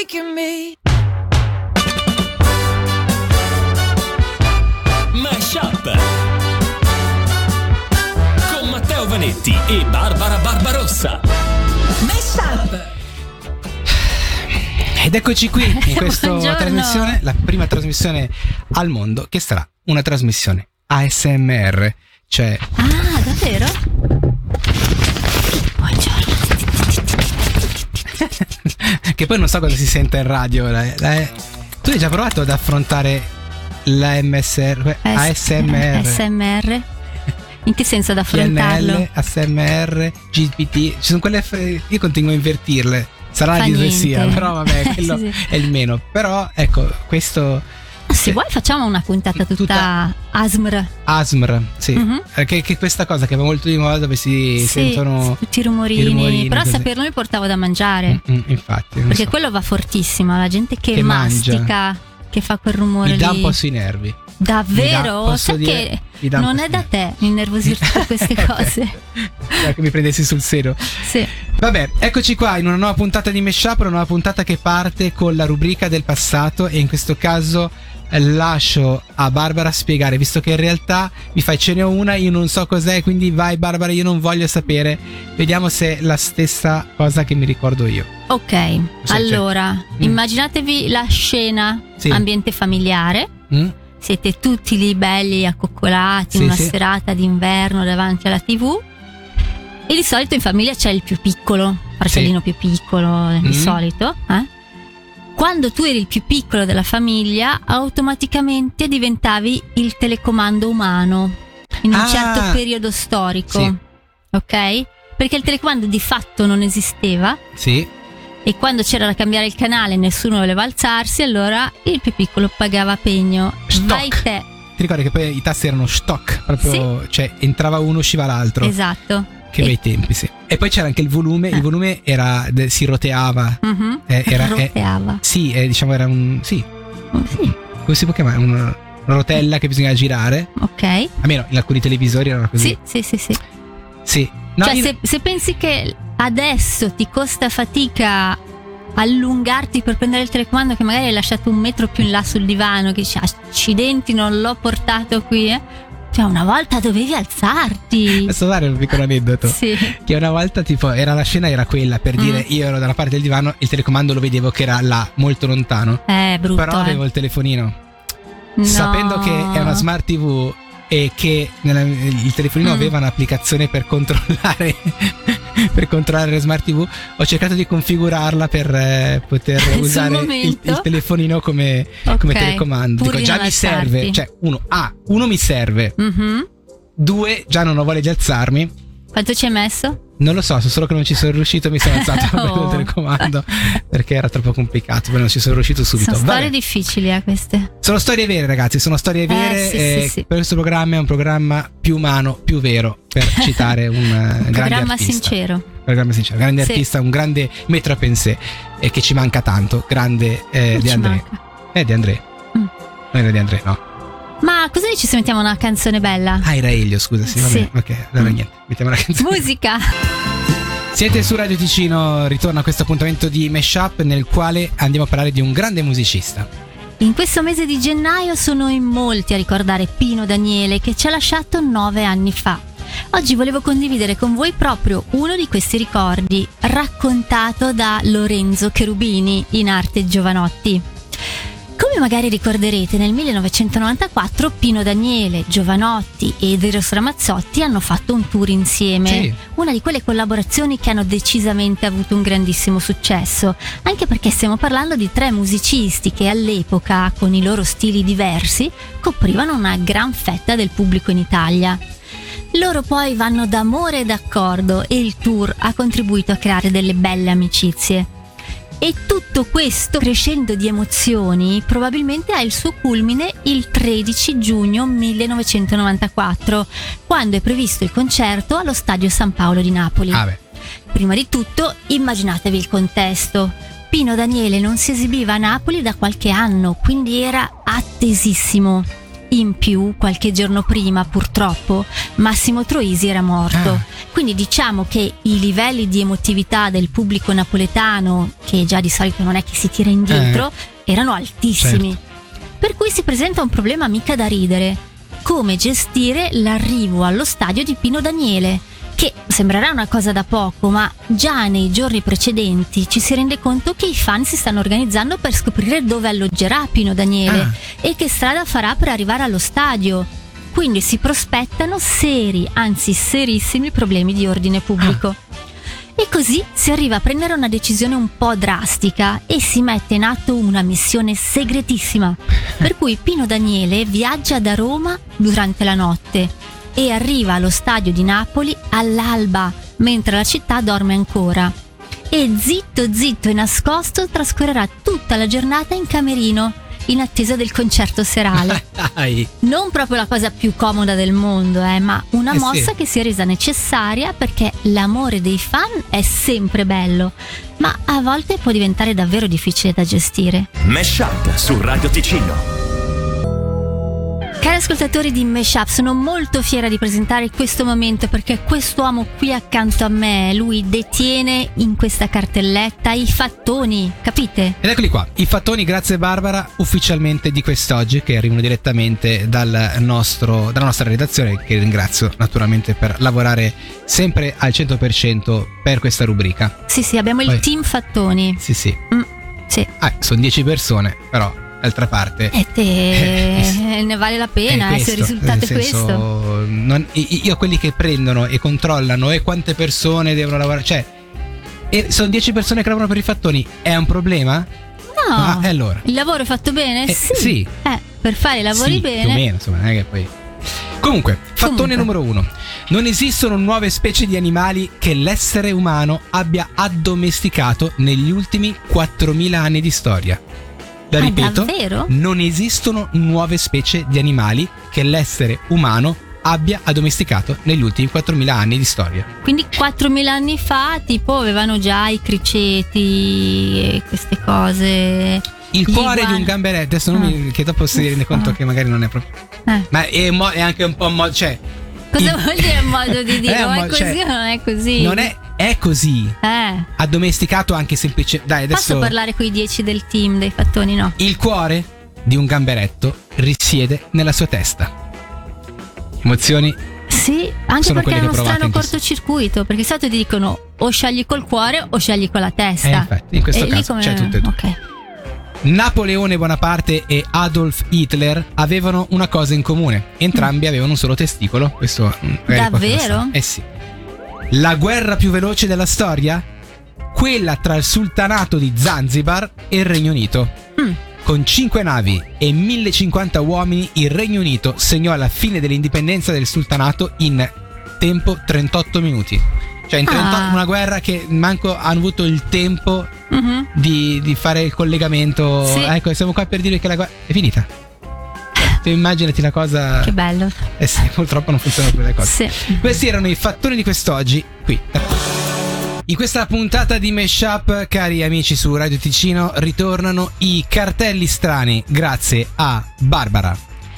making me. Mashup con Matteo Vanetti e Barbara Barbarossa. Mashup. Ed eccoci qui in questa Buongiorno. trasmissione, la prima trasmissione al mondo che sarà una trasmissione ASMR, cioè Ah, davvero? Buongiorno. che poi non so cosa si sente in radio. Tu hai già provato ad affrontare l'ASMR? ASMR? In che senso ad affrontarlo? PNL, ASMR, GPT, ci sono quelle io continuo a invertirle. Sarà la Fa dislessia, niente. però vabbè, quello Sì. è il meno. Però ecco, questo Se vuoi facciamo una puntata tutta ASMR. ASMR, sì. Mhm. Che questa cosa che va molto di moda dove si Sì, sentono tutti i rumorini, però così. saperlo mi portavo da mangiare. Infatti, non Perché so. quello va fortissimo, la gente che mangia. mastica, che fa quel rumore Mi dà lì. un po' sui nervi. Davvero? Posso Sai dire, che mi dà un non po' è da sui te innervosirti per queste cose. Che mi prendessi sul serio. Sì. Vabbè, eccoci qua in una nuova puntata di Mashup, una nuova puntata che parte con la rubrica del passato e in questo caso lascio a Barbara spiegare, visto che in realtà mi fai ce n'è una, io non so cos'è, quindi vai Barbara, io non voglio sapere, vediamo se è la stessa cosa che mi ricordo io. Ok, Sì, allora, immaginatevi la scena, Sì. ambiente familiare. Mm? Siete tutti lì belli accoccolati, Sì, una sì. serata d'inverno davanti alla TV. E di solito in famiglia c'è il più piccolo, fratellino più piccolo di solito. Quando tu eri il più piccolo della famiglia, automaticamente diventavi il telecomando umano in un certo periodo storico. Sì. Ok? Perché il telecomando di fatto non esisteva. Sì. E quando c'era da cambiare il canale e nessuno voleva alzarsi, allora il più piccolo pagava pegno. Stock. Vai te. Ti ricordi che poi i tasti erano stock, proprio, cioè entrava uno, usciva l'altro. Esatto. Che bei tempi, sì. E poi c'era anche il volume era si roteava. Mhm. Roteava. Sì, diciamo era un sì, Sì. come si può chiamare? Una rotella che bisogna girare. Ok. Almeno in alcuni televisori erano così. Sì. Sì. No, Cioè, io- se pensi che adesso ti costa fatica allungarti per prendere il telecomando, che magari hai lasciato un metro più in là sul divano, che dici accidenti, non l'ho portato qui, Cioè, una volta dovevi alzarti. Posso dare un piccolo aneddoto? Sì. Che una volta tipo la scena era quella per dire io ero dalla parte del divano, il telecomando lo vedevo che era là molto lontano. Brutto. Però avevo il telefonino. No. Sapendo che è una smart TV e che il telefonino aveva un'applicazione per controllare la smart TV, ho cercato di configurarla per poter Sul usare momento. il telefonino come Ok, telecomando. pur Dico, di già non mi serve, alzarti. cioè uno mi serve, Mhm. 2 già non ho voglia di alzarmi. Quanto ci hai messo? Non lo so, so solo che non ci sono riuscito, mi sono alzato per Oh. il telecomando perché era troppo complicato, poi non ci sono riuscito subito. Sono Vabbè. storie difficili, queste. Sono storie vere, ragazzi, sono storie vere. sì, e sì, sì. Per questo programma è un programma più umano, più vero, per citare un grande Programma artista. sincero. Programma sincero, grande Sì. artista, un grande metro a pensée e che ci manca tanto, grande di Ci André. manca. Di André. Mm. Non era di André, no. Ma cosa dici se mettiamo una canzone bella? Ah, era Elio, scusa, sì, va Sì. bene. Ok, allora niente, mettiamo la canzone. Musica. Siete su Radio Ticino, ritorna a questo appuntamento di Mashup nel quale andiamo a parlare di un grande musicista. In questo mese di gennaio sono in molti a ricordare Pino Daniele, che ci ha lasciato 9 anni fa. Oggi volevo condividere con voi proprio uno di questi ricordi, raccontato da Lorenzo Cherubini in arte Giovanotti. Come magari ricorderete, nel 1994 Pino Daniele, Giovanotti ed Eros Ramazzotti hanno fatto un tour insieme. Sì. Una di quelle collaborazioni che hanno decisamente avuto un grandissimo successo, anche perché stiamo parlando di 3 musicisti che all'epoca, con i loro stili diversi, coprivano una gran fetta del pubblico in Italia. Loro poi vanno d'amore e d'accordo e il tour ha contribuito a creare delle belle amicizie. E tutto questo crescendo di emozioni probabilmente ha il suo culmine il 13 giugno 1994, quando è previsto il concerto allo Stadio San Paolo di Napoli. Ah beh. Prima di tutto, immaginatevi il contesto. Pino Daniele non si esibiva a Napoli da qualche anno, quindi era attesissimo. In più, qualche giorno prima, purtroppo, Massimo Troisi era morto. Quindi diciamo che i livelli di emotività del pubblico napoletano, che già di solito non è che si tira indietro, erano altissimi. Certo. Per cui si presenta un problema mica da ridere: come gestire l'arrivo allo stadio di Pino Daniele, che sembrerà una cosa da poco, ma già nei giorni precedenti ci si rende conto che i fan si stanno organizzando per scoprire dove alloggerà Pino Daniele e che strada farà per arrivare allo stadio. Quindi si prospettano seri, anzi serissimi problemi di ordine pubblico. E così si arriva a prendere una decisione un po' drastica e si mette in atto una missione segretissima, per cui Pino Daniele viaggia da Roma durante la notte e arriva allo stadio di Napoli all'alba, mentre la città dorme ancora. E zitto e nascosto trascorrerà tutta la giornata in camerino, in attesa del concerto serale. Non proprio la cosa più comoda del mondo, ma una mossa che si è resa necessaria perché l'amore dei fan è sempre bello, ma a volte può diventare davvero difficile da gestire. Mashup su Radio Ticino. Cari ascoltatori di Mashup, sono molto fiera di presentare questo momento perché quest'uomo qui accanto a me, lui detiene in questa cartelletta i fattoni, capite? Ed eccoli qua, i fattoni, grazie Barbara, ufficialmente di quest'oggi, che arrivano direttamente dalla nostra redazione, che ringrazio naturalmente per lavorare sempre al 100% per questa rubrica. Sì, abbiamo il team fattoni. Sì. Sì. Sono 10 persone, però d'altra parte ne vale la pena, se il risultato è questo. Io quelli che prendono e controllano e quante persone devono lavorare, cioè sono 10 persone che lavorano per i fattoni, è un problema? No, e allora? Il lavoro è fatto bene? Sì. Per fare i lavori bene, più o meno, insomma, non è che poi. Comunque, fattone numero 1: non esistono nuove specie di animali che l'essere umano abbia addomesticato negli ultimi 4.000 anni di storia. La ripeto, davvero? Non esistono nuove specie di animali che l'essere umano abbia addomesticato negli ultimi 4.000 anni di storia. Quindi 4.000 anni fa tipo avevano già i criceti e queste cose. Il cuore di un gamberetto, adesso che dopo si rende conto che magari non è proprio ma è anche un po' modo, cioè cosa vuol dire modo di dire? È così o non è così? Non è così. Addomesticato anche semplice. Dai, adesso posso parlare coi 10 del team dei fattoni, no? Il cuore di un gamberetto risiede nella sua testa. Emozioni? Sì, anche perché è uno strano cortocircuito, perché di solito ti dicono o scegli col cuore o scegli con la testa. Infatti, in questo caso c'è tutto e due. Ok. Napoleone Bonaparte e Adolf Hitler avevano una cosa in comune: entrambi avevano un solo testicolo. Questo davvero? Sì. La guerra più veloce della storia? Quella tra il sultanato di Zanzibar e il Regno Unito. Con 5 navi e 1050 uomini, il Regno Unito segnò la fine dell'indipendenza del sultanato in tempo 38 minuti. Cioè in 38, una guerra che manco hanno avuto il tempo di fare il collegamento. Sì. Ecco, siamo qua per dire che la guerra è finita. Immaginati la cosa. Che bello. Sì, purtroppo non funzionano più le cose. Sì. Questi erano i fattoni di quest'oggi qui. In questa puntata di Mashup, cari amici su Radio Ticino, ritornano i cartelli strani grazie a Barbara.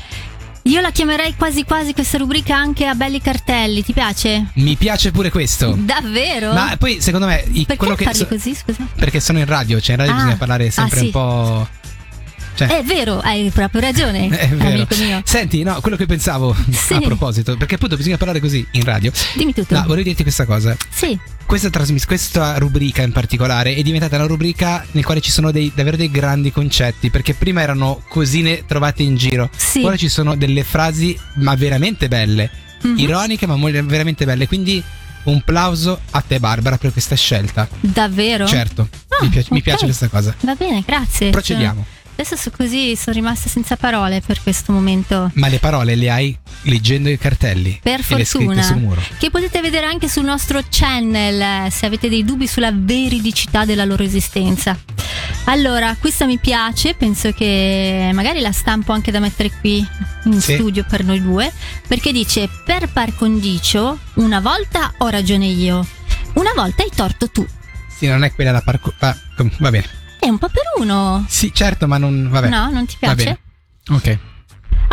Io la chiamerei quasi questa rubrica anche a belli cartelli, ti piace? Mi piace pure questo. Davvero? Ma poi secondo me perché quello che parli così, scusa? Perché sono in radio, cioè in radio bisogna parlare sempre sì. un po'. Cioè, è vero, hai proprio ragione, è vero. Amico mio. Senti, no, quello che pensavo a proposito, perché appunto bisogna parlare così in radio. Dimmi tutto. No, volevo dirti questa cosa. Sì. Questa rubrica in particolare è diventata una rubrica nel quale ci sono davvero dei grandi concetti, perché prima erano cosine trovate in giro. Sì. Ora ci sono delle frasi ma veramente belle, ironiche ma veramente belle, quindi un plauso a te Barbara per questa scelta. Davvero? Certo, mi piace questa cosa. Va bene, grazie. Procediamo. Adesso sono rimasta senza parole per questo momento. Ma le parole le hai leggendo i cartelli. Per e fortuna. Le sul muro. Che potete vedere anche sul nostro channel se avete dei dubbi sulla veridicità della loro esistenza. Allora, questa mi piace, penso che magari la stampo anche da mettere qui in studio per noi due, perché dice: per par condicio, una volta ho ragione io, una volta hai torto tu. Sì, non è quella da va bene. È un po' per uno. Sì, certo, ma non. Vabbè. No, non ti piace? Va bene. Ok.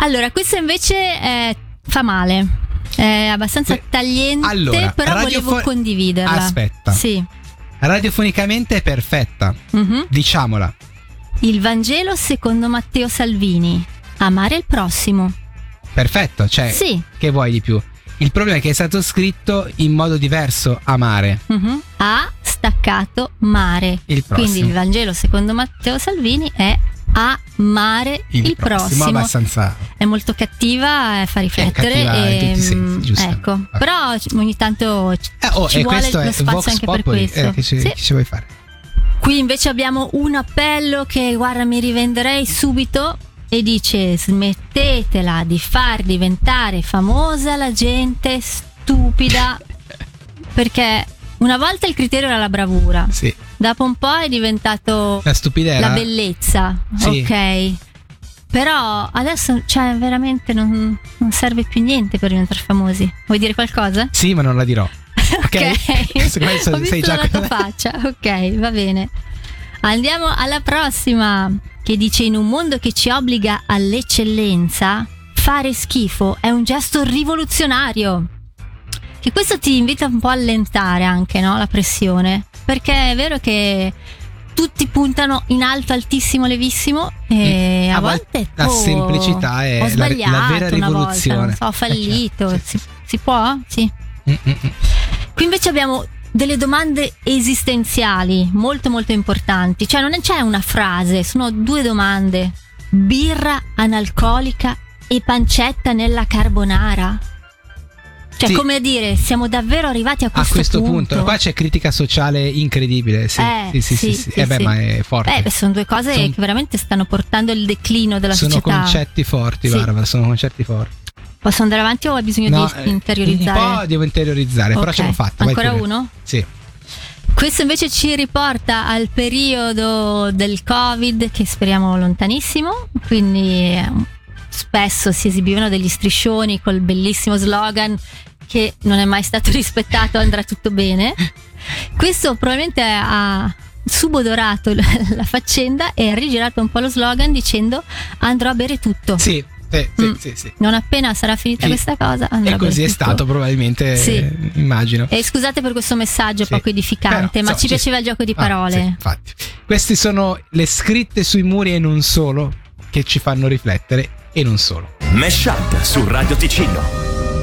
Allora, questo invece fa male. È abbastanza tagliente, allora, però volevo condividerla. Aspetta. Sì. Radiofonicamente è perfetta. Diciamola. Il Vangelo secondo Matteo Salvini. Amare il prossimo. Perfetto, cioè, sì. Che vuoi di più? Il problema è che è stato scritto in modo diverso, amare. A staccato mare. Il prossimo. Quindi il Vangelo secondo Matteo Salvini è amare il prossimo. Abbastanza. È molto cattiva, fa riflettere. È cattiva in tutti i sensi, giusto. Ecco. Però ogni tanto ci vuole questo lo spazio Vox anche Populi, per questo. Che ci vuoi fare? Qui invece abbiamo un appello che, guarda, mi rivenderei subito, e dice: smettetela di far diventare famosa la gente stupida. Perché una volta il criterio era la bravura, sì. Dopo un po' è diventato la stupidità, la bellezza, sì. Ok. Però adesso, cioè, veramente non serve più niente per diventare famosi. Vuoi dire qualcosa? Sì, ma non la dirò. Ok, ho visto già la tua faccia. Ok, va bene. Andiamo alla prossima, che dice: in un mondo che ci obbliga all'eccellenza, fare schifo è un gesto rivoluzionario. Che questo ti invita un po' a allentare anche, no? La pressione, perché è vero che tutti puntano in alto, altissimo, levissimo, e a volte la semplicità è ho sbagliato la vera rivoluzione. Una volta, non so, ho fallito. Certo, si può? Sì. Qui invece abbiamo delle domande esistenziali molto molto importanti. Cioè non c'è una frase, sono due domande. Birra analcolica e pancetta nella carbonara? Cioè, sì. Come a dire, siamo davvero arrivati a questo punto. Qua c'è critica sociale incredibile. Sì. Ma è forte. Sono due cose che veramente stanno portando il declino della società. Sono concetti forti, sì. Barbara, sono concetti forti. Posso andare avanti o hai bisogno di interiorizzare? Un po' devo interiorizzare, okay. Però ce l'ho fatta. Ancora uno? Sì. Questo invece ci riporta al periodo del Covid, che speriamo lontanissimo, quindi spesso si esibivano degli striscioni col bellissimo slogan che non è mai stato rispettato: andrà tutto bene. Questo probabilmente ha subodorato la faccenda e ha rigirato un po' lo slogan dicendo: andrò a bere tutto. Sì. Sì. Non appena sarà finita questa cosa andrà. E così è stato probabilmente, sì. Immagino. E scusate per questo messaggio poco edificante, però, ma ci piaceva il gioco di parole. Sì, infatti. Queste sono le scritte sui muri e non solo, che ci fanno riflettere, e non solo. Mashup su Radio Ticino.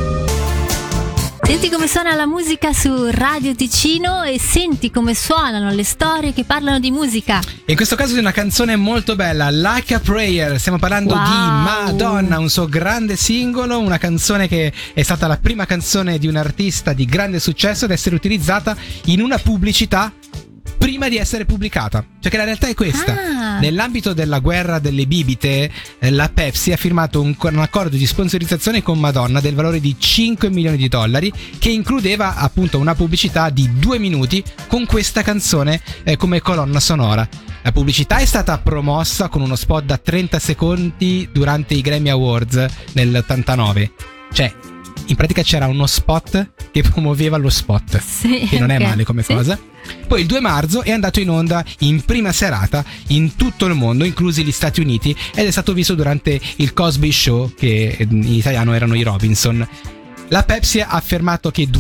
Senti come suona la musica su Radio Ticino e senti come suonano le storie che parlano di musica. In questo caso di una canzone molto bella, Like a Prayer. Stiamo parlando di Madonna, un suo grande singolo, una canzone che è stata la prima canzone di un artista di grande successo ad essere utilizzata in una pubblicità prima di essere pubblicata. Cioè che la realtà è questa. Nell'ambito della guerra delle bibite, la Pepsi ha firmato un accordo di sponsorizzazione con Madonna del valore di $5 milioni, che includeva appunto una pubblicità di 2 minuti con questa canzone come colonna sonora. La pubblicità è stata promossa con uno spot da 30 secondi durante i Grammy Awards nell'89. Cioè, in pratica c'era uno spot che promuoveva lo spot, sì, che non è male come cosa. Poi il 2 marzo è andato in onda in prima serata in tutto il mondo, inclusi gli Stati Uniti, ed è stato visto durante il Cosby Show, che in italiano erano i Robinson. La Pepsi ha affermato che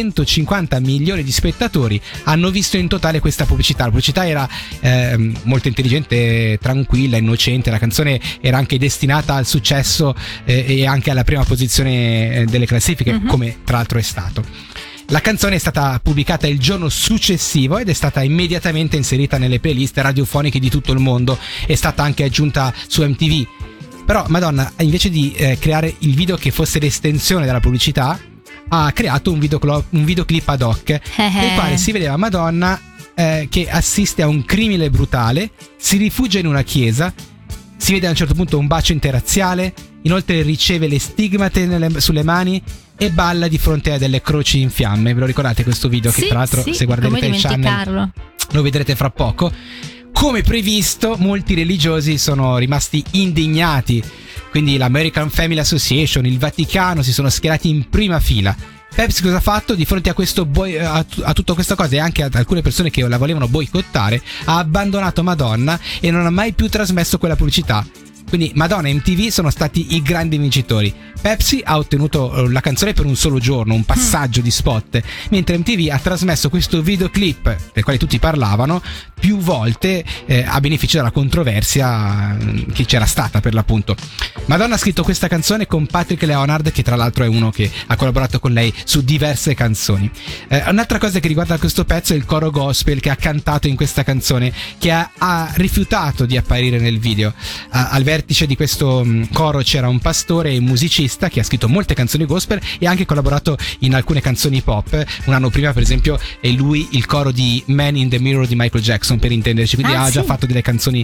250 milioni di spettatori hanno visto in totale questa pubblicità. La pubblicità era molto intelligente, tranquilla, innocente. La canzone era anche destinata al successo e anche alla prima posizione delle classifiche, come tra l'altro è stato. La canzone è stata pubblicata il giorno successivo ed è stata immediatamente inserita nelle playlist radiofoniche di tutto il mondo. È stata anche aggiunta su MTV. Però Madonna, invece di creare il video che fosse l'estensione della pubblicità, ha creato un videoclip ad hoc nel quale si vedeva Madonna che assiste a un crimine brutale, si rifugia in una chiesa, si vede a un certo punto un bacio interrazziale, inoltre riceve le stigmate sulle mani e balla di fronte a delle croci in fiamme. Ve lo ricordate questo video? Che tra l'altro, se guarderete il channel, lo vedrete fra poco. Come previsto, molti religiosi sono rimasti indignati, quindi l'American Family Association, il Vaticano si sono schierati in prima fila. Pepsi cosa ha fatto? Di fronte a questo a tutta questa cosa e anche ad alcune persone che la volevano boicottare, ha abbandonato Madonna e non ha mai più trasmesso quella pubblicità. Quindi Madonna e MTV sono stati i grandi vincitori. Pepsi ha ottenuto la canzone per un solo giorno, un passaggio di spot, mentre MTV ha trasmesso questo videoclip del quale tutti parlavano più volte a beneficio della controversia che c'era stata per l'appunto. Madonna ha scritto questa canzone con Patrick Leonard, che tra l'altro è uno che ha collaborato con lei su diverse canzoni. Un'altra cosa che riguarda questo pezzo è il coro gospel che ha cantato in questa canzone, che ha rifiutato di apparire nel video. Al vertice di questo coro c'era un pastore e un musicista che ha scritto molte canzoni gospel e ha anche collaborato in alcune canzoni pop. Un anno prima, per esempio, è lui il coro di Man in the Mirror di Michael Jackson, per intenderci, quindi ha già fatto delle canzoni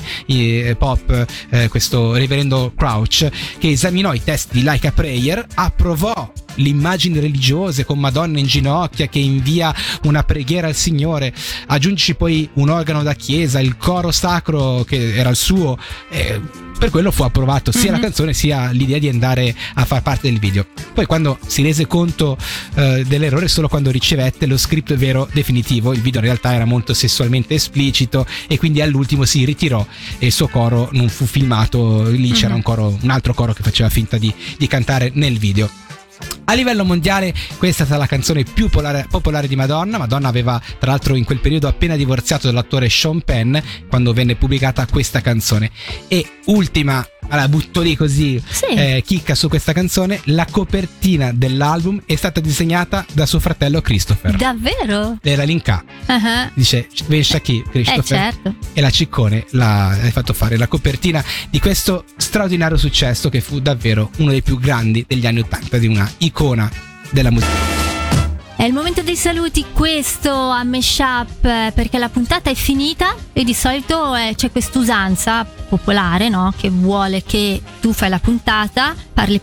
pop. Questo reverendo Crouch, che esaminò i testi di Like a Prayer, approvò le immagini religiose con Madonna in ginocchia che invia una preghiera al Signore, aggiungi poi un organo da chiesa, il coro sacro che era il suo, per quello fu approvato sia la canzone sia l'idea di andare a far parte del video. Poi quando si rese conto dell'errore solo quando ricevette lo script vero definitivo. Il video in realtà era molto sessualmente esplicito e quindi all'ultimo si ritirò e il suo coro non fu filmato. Lì c'era un altro coro che faceva finta di cantare nel video. A livello mondiale questa è stata la canzone più popolare di Madonna. Madonna aveva tra l'altro in quel periodo appena divorziato dall'attore Sean Penn quando venne pubblicata questa canzone. E ultima, la butto lì così, chicca su questa canzone: la copertina dell'album è stata disegnata da suo fratello Christopher. Davvero? Era Linka. Dice Vescia chi? Christopher. Certo. E la Ciccone l'ha fatto fare la copertina di questo straordinario successo che fu davvero uno dei più grandi degli anni '80, di una icona della musica. È il momento dei saluti, questo a Meshup, perché la puntata è finita e di solito c'è quest'usanza popolare, no? Che vuole che tu fai la puntata, parli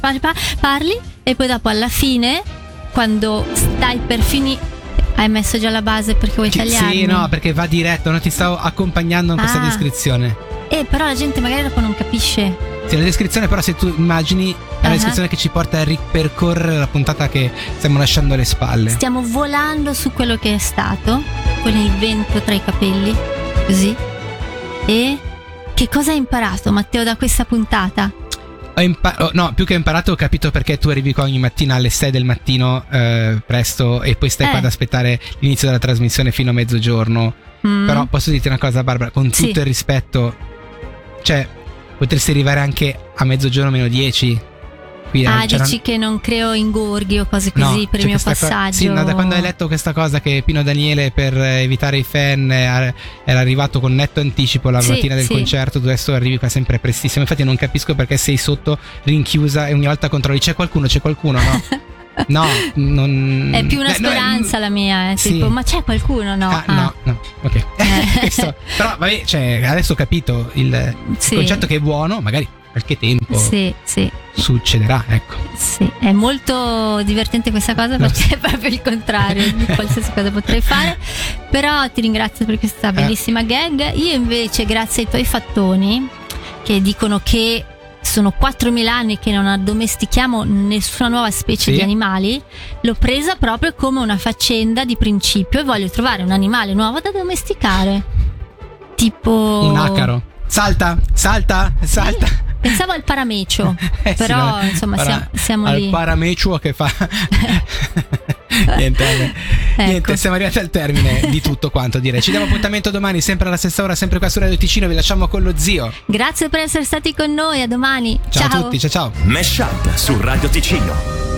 e poi dopo alla fine, quando stai per finire, hai messo già la base perché vuoi tagliarmi? Sì, no, perché va diretto, non ti stavo accompagnando in questa descrizione. Però la gente magari dopo non capisce. Sì, la descrizione però, se tu immagini, è una descrizione che ci porta a ripercorrere la puntata che stiamo lasciando alle spalle. Stiamo volando su quello che è stato, con il vento tra i capelli, così. E che cosa hai imparato, Matteo, da questa puntata? No, più che ho imparato, ho capito perché tu arrivi qua ogni mattina alle 6 del mattino presto e poi stai qua ad aspettare l'inizio della trasmissione fino a mezzogiorno. Però posso dirti una cosa, Barbara, con tutto il rispetto, cioè potresti arrivare anche a mezzogiorno meno 10. Qui dici che non creo ingorghi o cose così per il mio passaggio? Sì, no, da quando hai letto questa cosa che Pino Daniele, per evitare i fan, era arrivato con netto anticipo la mattina del concerto, tu adesso arrivi qua sempre prestissimo. Infatti non capisco perché sei sotto rinchiusa e ogni volta controlli c'è qualcuno, no? No, non è più una speranza la mia, tipo, ma c'è qualcuno? No. No, ok. Però vabbè, cioè, adesso ho capito il concetto, che è buono, magari qualche tempo succederà, ecco. Sì, è molto divertente questa cosa perché è proprio il contrario di qualsiasi cosa potrei fare. Però ti ringrazio per questa bellissima gag. Io invece, grazie ai tuoi fattoni che dicono che sono 4.000 anni che non addomestichiamo nessuna nuova specie di animali, l'ho presa proprio come una faccenda di principio e voglio trovare un animale nuovo da domesticare, tipo un acaro. Salta. Pensavo al paramecio, però sì, insomma siamo lì. Al paramecio che fa Niente, siamo arrivati al termine di tutto quanto, direi. Ci diamo appuntamento domani, sempre alla stessa ora, sempre qua su Radio Ticino. Vi lasciamo con lo zio. Grazie per essere stati con noi, a domani. Ciao a tutti, ciao. Meshup su Radio Ticino.